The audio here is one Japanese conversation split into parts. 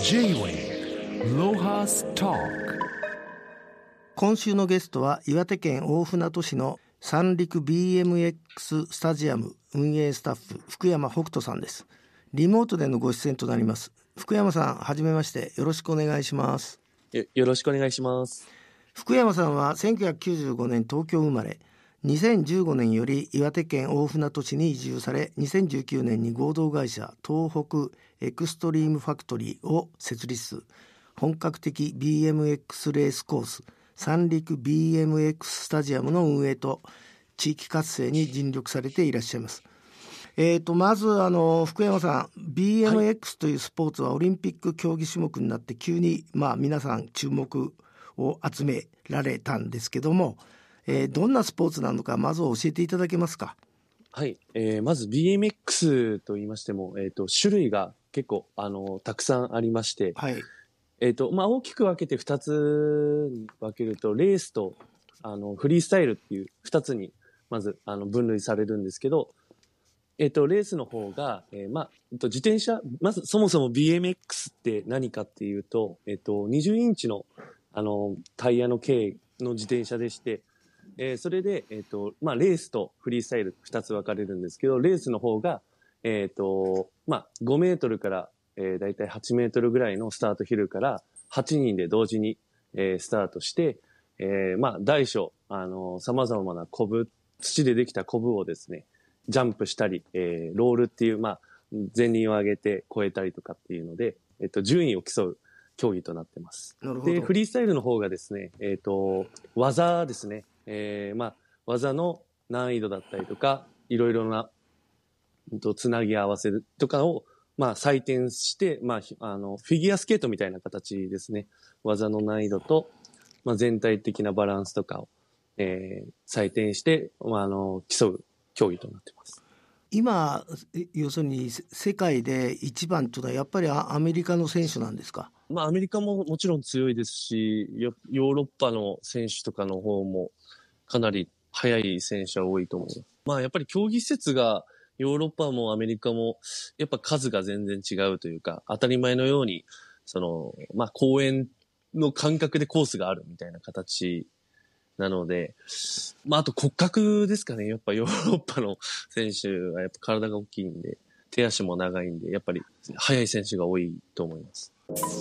J-Way ロハスト今週のゲストは岩手県大船渡市の三陸 BMX スタジアム運営スタッフ福山北斗さんです。リモートでのご出演となります。福山さん、はじめまして、よろしくお願いします。 よろしくお願いします。 福山さんは1995年東京生まれ、2015年より岩手県大船渡市に移住され、2019年に合同会社東北エクストリームファクトリーを設立。本格的 BMX レースコース三陸 BMX スタジアムの運営と地域活性に尽力されていらっしゃいます。まず福山さん、 BMX というスポーツはオリンピック競技種目になって急に皆さん注目を集められたんですけども、どんなスポーツなのかまず教えていただけますか。 はい、まず BMX と言いましても、種類が結構たくさんありまして、 はい、 大きく分けて2つに分けると、レースとフリースタイルっていう2つにまず分類されるんですけど、レースの方が、自転車、まずそもそも BMX って何かっていうと、20インチのタイヤの径の自転車でして、それで、レースとフリースタイル2つ分かれるんですけど、レースの方が、5メートルから、だいたい8メートルぐらいのスタートヒルから8人で同時に、スタートして、大小、様々な土でできたコブをですね、ジャンプしたり、ロールっていう、前輪を上げて越えたりとかっていうので、順位を競う競技となってます。 なるほど。 で、フリースタイルの方がですね、技ですね。技の難易度だったりとか、いろいろな、つなぎ合わせとかを、採点して、フィギュアスケートみたいな形ですね。技の難易度と、全体的なバランスとかを、採点して、競う競技となってます。 今、要するに世界で一番というのはやっぱりアメリカの選手なんですか。 アメリカももちろん強いですし、ヨーロッパの選手とかの方もかなり速い選手は多いと思います。やっぱり競技施設がヨーロッパもアメリカもやっぱ数が全然違うというか、当たり前のように公園の感覚でコースがあるみたいな形なので、あと骨格ですかね。やっぱヨーロッパの選手はやっぱ体が大きいんで、手足も長いんで、やっぱり速い選手が多いと思います。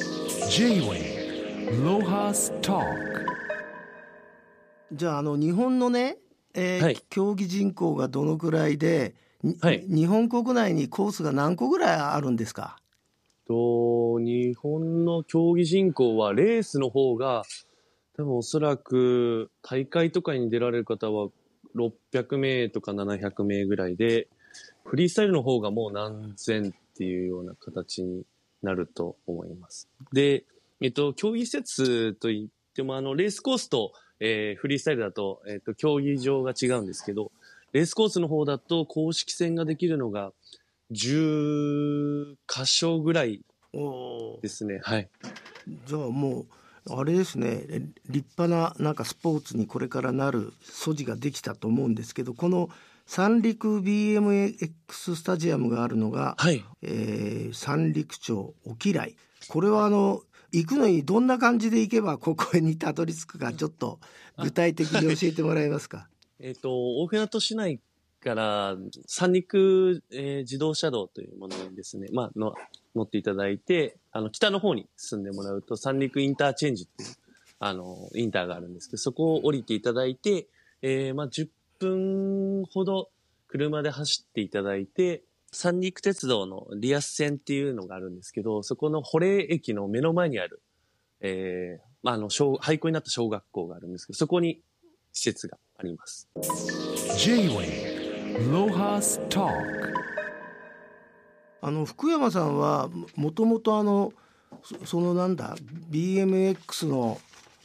J-Way ロハストーク。じゃあ日本のね、 はい、 競技人口がどのくらいで、 はい、 日本国内にコースが何個ぐらいあるんですか。 日本の競技人口はレースの方が多分おそらく大会とかに出られる方は600名とか700名ぐらいで、フリースタイルの方がもう何千っていうような形になると思います。で、競技施設といってもレースコースと、フリースタイルだと、競技場が違うんですけど、レースコースの方だと公式戦ができるのが10箇所ぐらいですね。はい。 じゃあもうあれですね、立派ななんかスポーツにこれからなる素地ができたと思うんですけど、この三陸 BMX スタジアムがあるのが、 はい。 三陸町沖来、これは行くのにどんな感じで行けばここにたどり着くか、ちょっと具体的に教えてもらえますか。 大船渡市内から三陸、自動車道というものにですね、乗っていただいて、北の方に進んでもらうと三陸インターチェンジっていう、インターがあるんですけど、そこを降りていただいて、10分ほど車で走っていただいて、三陸鉄道のリアス線っていうのがあるんですけど、そこの保冷駅の目の前にある、廃校になった小学校があるんですけど、そこに施設があります。 J-Way ロハストーク。福山さんはもともとBMX の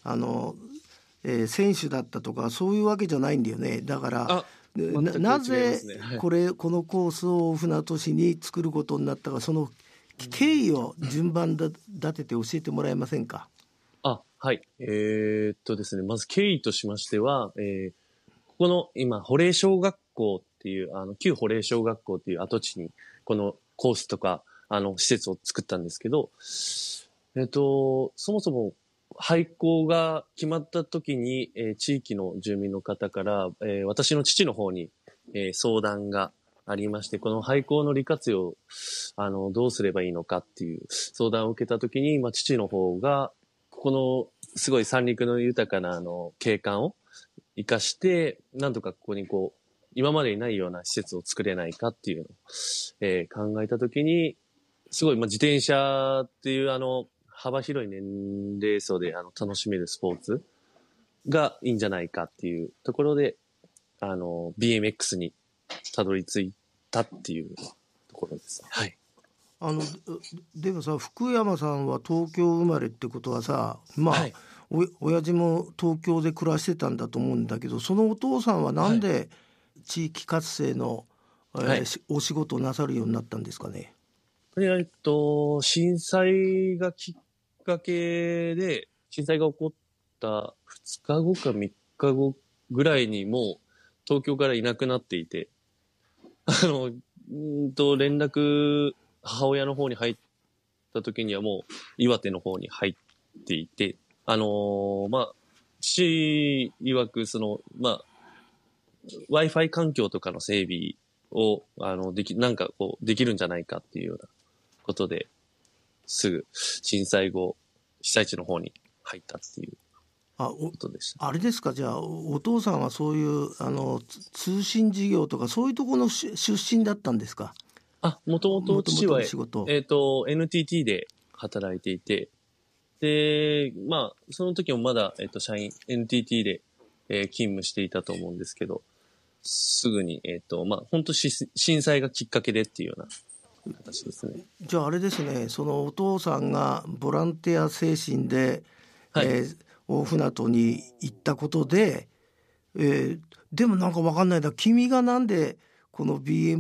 選手だったとかそういうわけじゃないんだよね。だからなぜこのコースを大船渡市に作ることになったか、その経緯を順番立てて教えてもらえませんか。 はい。ですね、まず経緯としましては、ここの今、保冷小学校っていう、旧保冷小学校っていう跡地に、このコースとか、施設を作ったんですけど、 そもそも廃校が決まった時に、地域の住民の方から、私の父の方に、相談がありまして、この廃校の利活用、どうすればいいのかっていう相談を受けた時に、父の方が、ここのすごい三陸の豊かな景観を生かして、なんとかここに今までにないような施設を作れないかっていうのを、考えた時に、すごい、自転車っていう幅広い年齢層で楽しめるスポーツがいいんじゃないかっていうところで、BMX にたどり着いたっていうところですね。はい。 でもさ、福山さんは東京生まれってことはさ、はい、親父も東京で暮らしてたんだと思うんだけど、そのお父さんはなんで地域活性の、はい、お仕事をなさるようになったんですかね。 震災がきっかけで、震災が起こった2日後か3日後ぐらいにもう東京からいなくなっていて、連絡、母親の方に入った時にはもう岩手の方に入っていて、父曰くWi-Fi 環境とかの整備を、できるんじゃないかっていうようなことで、すぐ震災後、被災地の方に入ったっていうことでした。 あれですか、じゃあお父さんはそういう通信事業とかそういうところの出身だったんですか。 もともと父はNTT で働いていて、でその時もまだ社員 NTT で、勤務していたと思うんですけど、すぐに本当震災がきっかけでっていうような形ですね。 じゃああれですね、そのお父さんがボランティア精神で、はい、大船渡に行ったことで、でもなんか分かんないな、君がなんでこの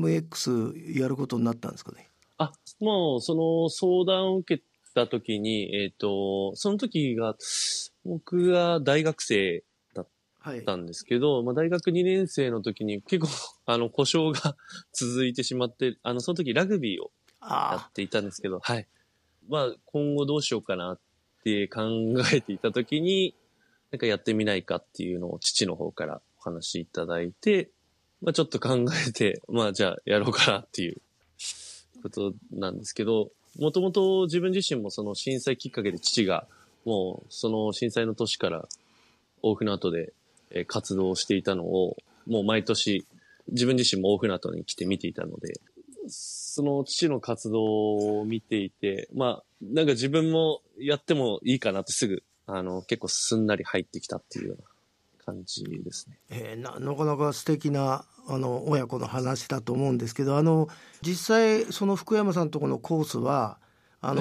BMX やることになったんですかね。 もうその相談を受けた時に、その時が僕が大学生だったんですけど、はい、大学2年生の時に結構故障が続いてしまって、その時ラグビーをやっていたんですけど、はい。今後どうしようかなって考えていた時に、なんかやってみないかっていうのを父の方からお話しいただいて、ちょっと考えて、じゃあやろうかなっていうことなんですけど、もともと自分自身もその震災きっかけで父がもうその震災の年から大船渡で活動していたのを、もう毎年自分自身も大船渡に来て見ていたので、その父の活動を見ていて、なんか自分もやってもいいかなってすぐ、結構すんなり入ってきたっていうような感じですね。 なかなか素敵な親子の話だと思うんですけど、実際その福山さんのところのコースははい、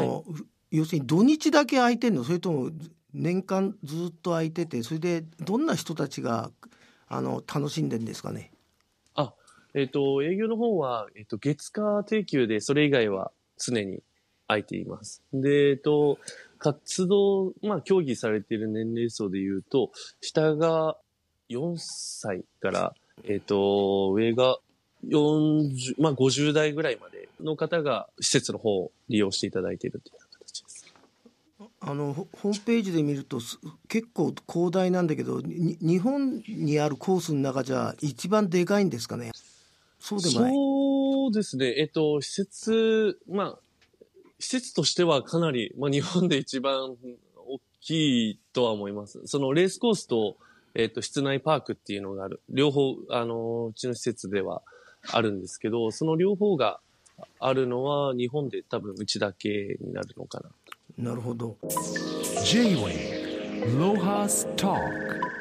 要するに土日だけ空いてんの、それとも年間ずっと空いてて、それでどんな人たちが楽しんでんですかね。 営業の方は、月火定休で、それ以外は常に空いています。で、活動、競技されている年齢層で言うと、下が4歳から、上が40、50代ぐらいまでの方が施設の方を利用していただいているという形です。 ホームページで見ると結構広大なんだけど、日本にあるコースの中じゃ一番でかいんですかね。そうでもない。 そうですね。施設としてはかなり、日本で一番大きいとは思います。そのレースコースと、室内パークっていうのがある。両方、うちの施設ではあるんですけど、その両方があるのは日本で多分うちだけになるのかな。 なるほど。 J-Way ロハスターク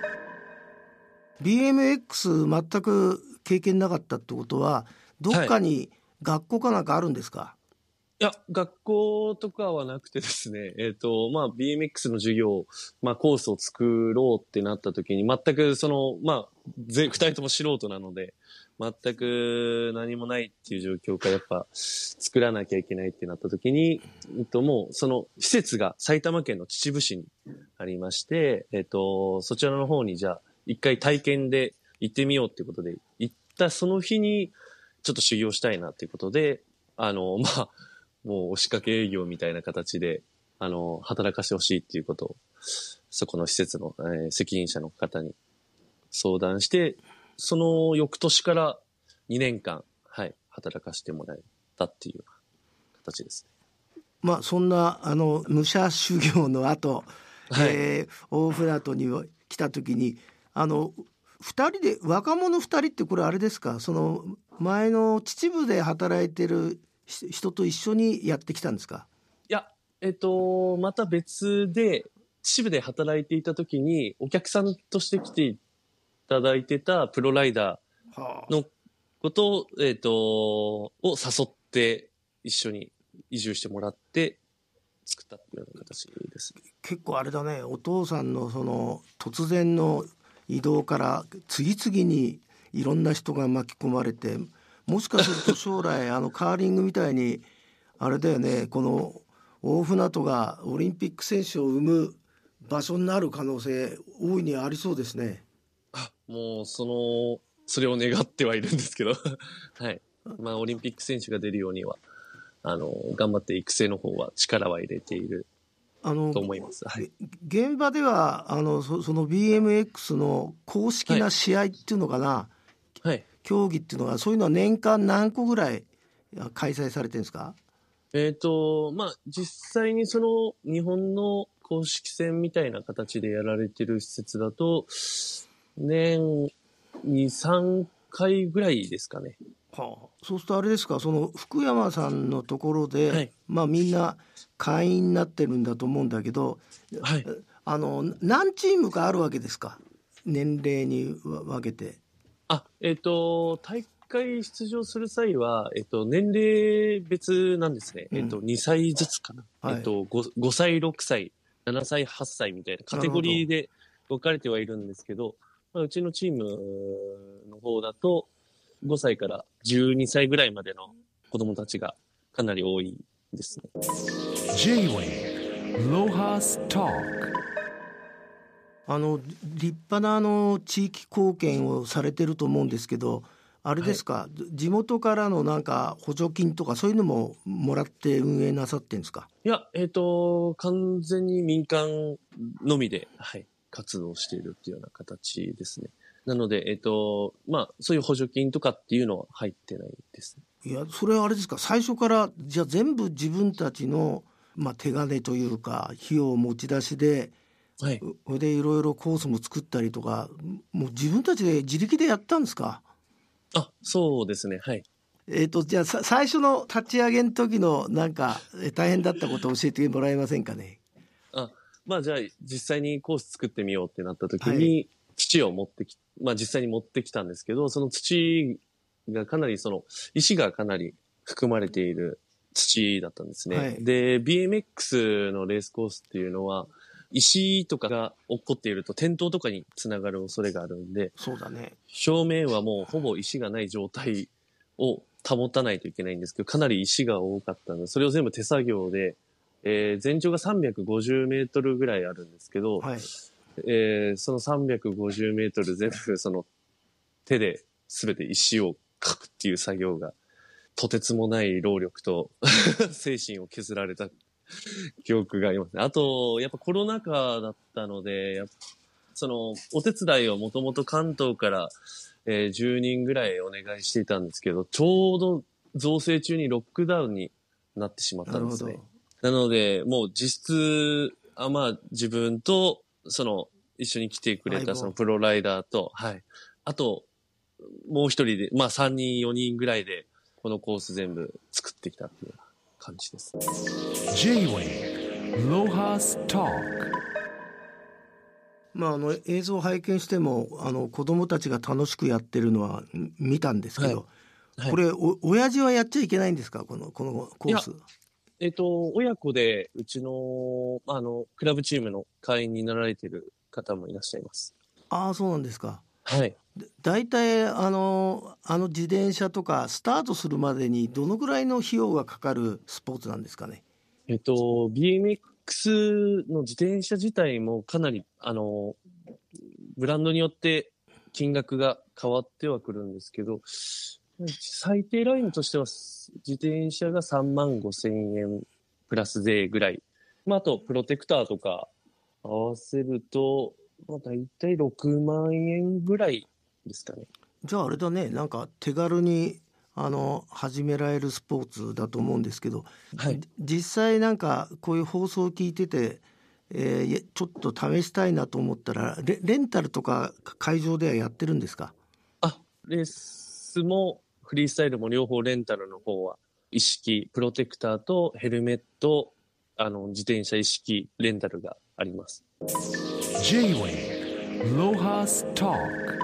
BMX 全く経験なかったってことは、どっかに学校かなんかあるんですか。 いや、学校とかはなくてですね、BMX の授業、コースを作ろうってなった時に、全く二人とも素人なので、全く何もないっていう状況からやっぱ作らなきゃいけないってなった時に、もうその施設が埼玉県の秩父市にありまして、そちらの方にじゃあ一回体験で行ってみようっていうことで、行ったその日にちょっと修行したいなっていうことで、もう押しかけ営業みたいな形で、 働かしてほしいっていうことを、そこの施設の、責任者の方に相談して、その翌年から2年間、はい、働かせてもらえたっていう形ですね。 まあそんな武者修行の後、 はい、 大船渡に来た時に2人で若者2人ってこれあれですか、その前の秩父で働いてる人と一緒にやってきたんですか？ いや、また別で、秩父で働いていた時に、お客さんとして来ていただいてたプロライダーのことを、を誘って一緒に移住してもらって作ったっていうような形です。 結構あれだね、お父さんのその突然の移動から次々にいろんな人が巻き込まれて、もしかすると将来カーリングみたいにあれだよね、この大船渡がオリンピック選手を生む場所になる可能性大いにありそうですね。 もうそれを願ってはいるんですけどはい。まあオリンピック選手が出るようには頑張って育成の方は力は入れていると思います。はい、 現場ではその BMX の公式な試合っていうのかな、 はい、 競技っていうのはそういうのは年間何個ぐらい開催されてるんですか？ まあ実際にその日本の公式戦みたいな形でやられてる施設だと年2、3回ぐらいですかね。 はあ、そうするとあれですか、その福山さんのところで、 はい、 まあみんな会員になってるんだと思うんだけど、 はい、 何チームかあるわけですか、年齢に分けて。 大会出場する際は、年齢別なんですね。2歳ずつかな。 はい、 5歳、6歳、7歳、8歳みたいなカテゴリーで分かれてはいるんですけど、まあ、うちのチームの方だと、5歳から12歳ぐらいまでの子供たちがかなり多いですね。 J-Wave Lohas Talk。 立派な地域貢献をされてると思うんですけど、あれですか、はい、地元からのなんか補助金とかそういうのももらって運営なさってんですか？ いや、完全に民間のみで、はい、活動しているっていうような形ですね。なので、まあ、そういう補助金とかっていうのは入ってないです。 いや、それはあれですか、最初からじゃあ全部自分たちの、まあ、手金というか費用持ち出しで、 はい、 でいろいろコースも作ったりとか、もう自分たちで自力でやったんですか？ あ、そうですね、はい。 じゃあ最初の立ち上げの時のなんか大変だったことを教えてもらえませんかね？ まあじゃあ実際にコース作ってみようってなった時に、 はい、 土を持ってき、まあ実際に持ってきたんですけど、その土がかなり石がかなり含まれている土だったんですね。 はい、 で、BMX のレースコースっていうのは、石とかが落っこっていると転倒とかにつながる恐れがあるんで、 そうだね、 表面はもうほぼ石がない状態を保たないといけないんですけど、かなり石が多かったので、それを全部手作業で、全長が350メートルぐらいあるんですけど、 はい、 その350メートル全部手で全て石をかくっていう作業がとてつもない労力と精神を削られた記憶がありますね。あと、やっぱコロナ禍だったので、お手伝いをもともと関東から、10人ぐらいお願いしていたんですけど、ちょうど造成中にロックダウンになってしまったんですね。なので、もう実質、まあ自分と、一緒に来てくれたプロライダーと、はい。あと、もう一人で、まあ3人、4人ぐらいで、このコース全部作ってきたっていう感じです。 J-Wave Lohas Talk。 まあ、映像を拝見しても子どもたちが楽しくやってるのは見たんですけど、はいはい、これ親父はやっちゃいけないんですか、このコース？ 親子でうちのクラブチームの会員になられている方もいらっしゃいます。 ああ、そうなんですか。 はい。 だいたい自転車とかスタートするまでにどのぐらいの費用がかかるスポーツなんですかね？ BMX の自転車自体もかなりブランドによって金額が変わってはくるんですけど、最低ラインとしては自転車が3万5千円プラス税ぐらいあと、プロテクターとか合わせると、だいたい6万円ぐらいですかね。 じゃああれだね、なんか手軽に始められるスポーツだと思うんですけど、 はい。 実際なんかこういう放送を聞いてて、ちょっと試したいなと思ったらレンタルとか会場ではやってるんですか？ レースもフリースタイルも両方レンタルの方は一式、プロテクターとヘルメット、自転車一式レンタルがあります。 J-Wave Lohas Talk。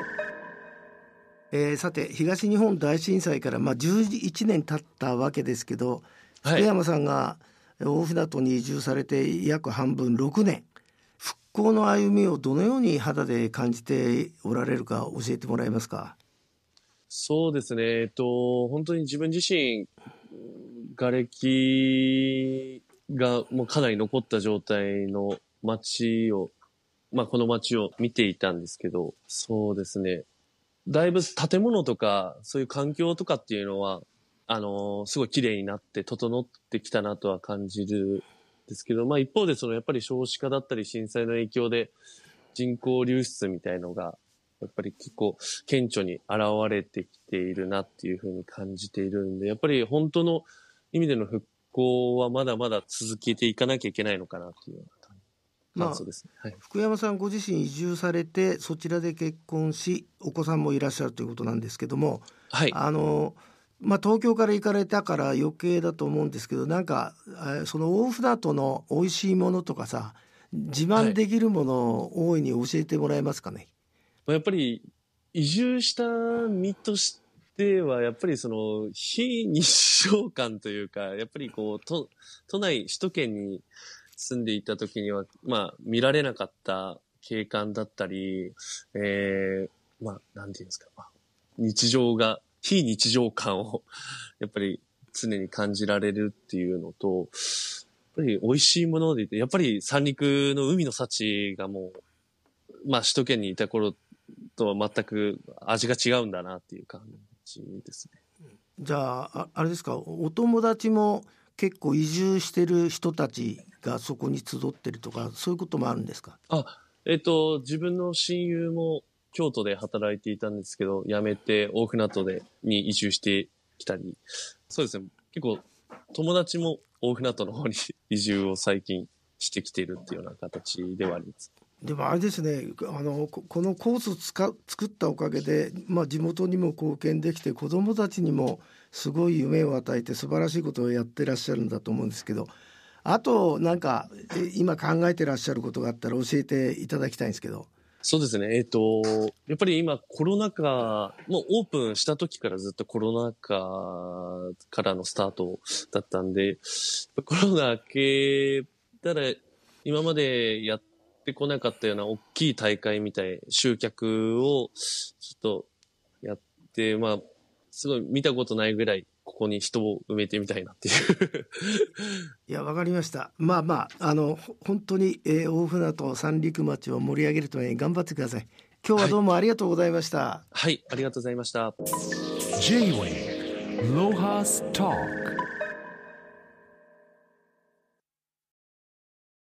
さて東日本大震災から11年経ったわけですけど、福山さんが大船渡に移住されて約半分6年、復興の歩みをどのように肌で感じておられるか教えてもらえますか？ そうですね。本当に自分自身、瓦礫がもうかなり残った状態の街を、この街を見ていたんですけど、そうですね。だいぶ建物とか、そういう環境とかっていうのは、すごい綺麗になって整ってきたなとは感じるんですけど、一方でやっぱり少子化だったり震災の影響で人口流出みたいのが、やっぱり結構顕著に現れてきているなっていうふうに感じているんで、やっぱり本当の意味での復興はまだまだ続けていかなきゃいけないのかなっていうような感想ですね。はい。 福山さんご自身移住されてそちらで結婚しお子さんもいらっしゃるということなんですけども、 はい。 東京から行かれたから余計だと思うんですけど、なんかその大船渡の美味しいものとかさ、自慢できるものを大いに教えてもらえますかね？ やっぱり移住した身としては、やっぱり非日常感というか、やっぱり都内、首都圏に住んでいた時には、見られなかった景観だったり、なんていうんですか、非日常感を、やっぱり常に感じられるっていうのと、やっぱり美味しいものでいて、やっぱり三陸の海の幸がもう、首都圏にいた頃とは全く味が違うんだなっていう感じですね。 じゃああれですか、お友達も結構移住してる人たちがそこに集ってるとか、そういうこともあるんですか？ 自分の親友も京都で働いていたんですけど、辞めて大船渡に移住してきたり、そうですね、結構友達も大船渡の方に移住を最近してきているっていうような形ではあります。 でもあれですね、このコースを作ったおかげで、地元にも貢献できて子どもたちにもすごい夢を与えて素晴らしいことをやってらっしゃるんだと思うんですけど、あとなんか今考えてらっしゃることがあったら教えていただきたいんですけど。 そうですね。やっぱり今コロナ禍、もうオープンした時からずっとコロナ禍からのスタートだったんで、コロナ明けたら今までやってこなかったような大きい大会みたい、集客をちょっとやって、すごい見たことないぐらいここに人を埋めてみたいなっていういや、わかりました。本当に、大船渡三陸町を盛り上げるために頑張ってください。今日はどうもありがとうございました。 はい、ありがとうございました。 J-Wave Lohas Talk。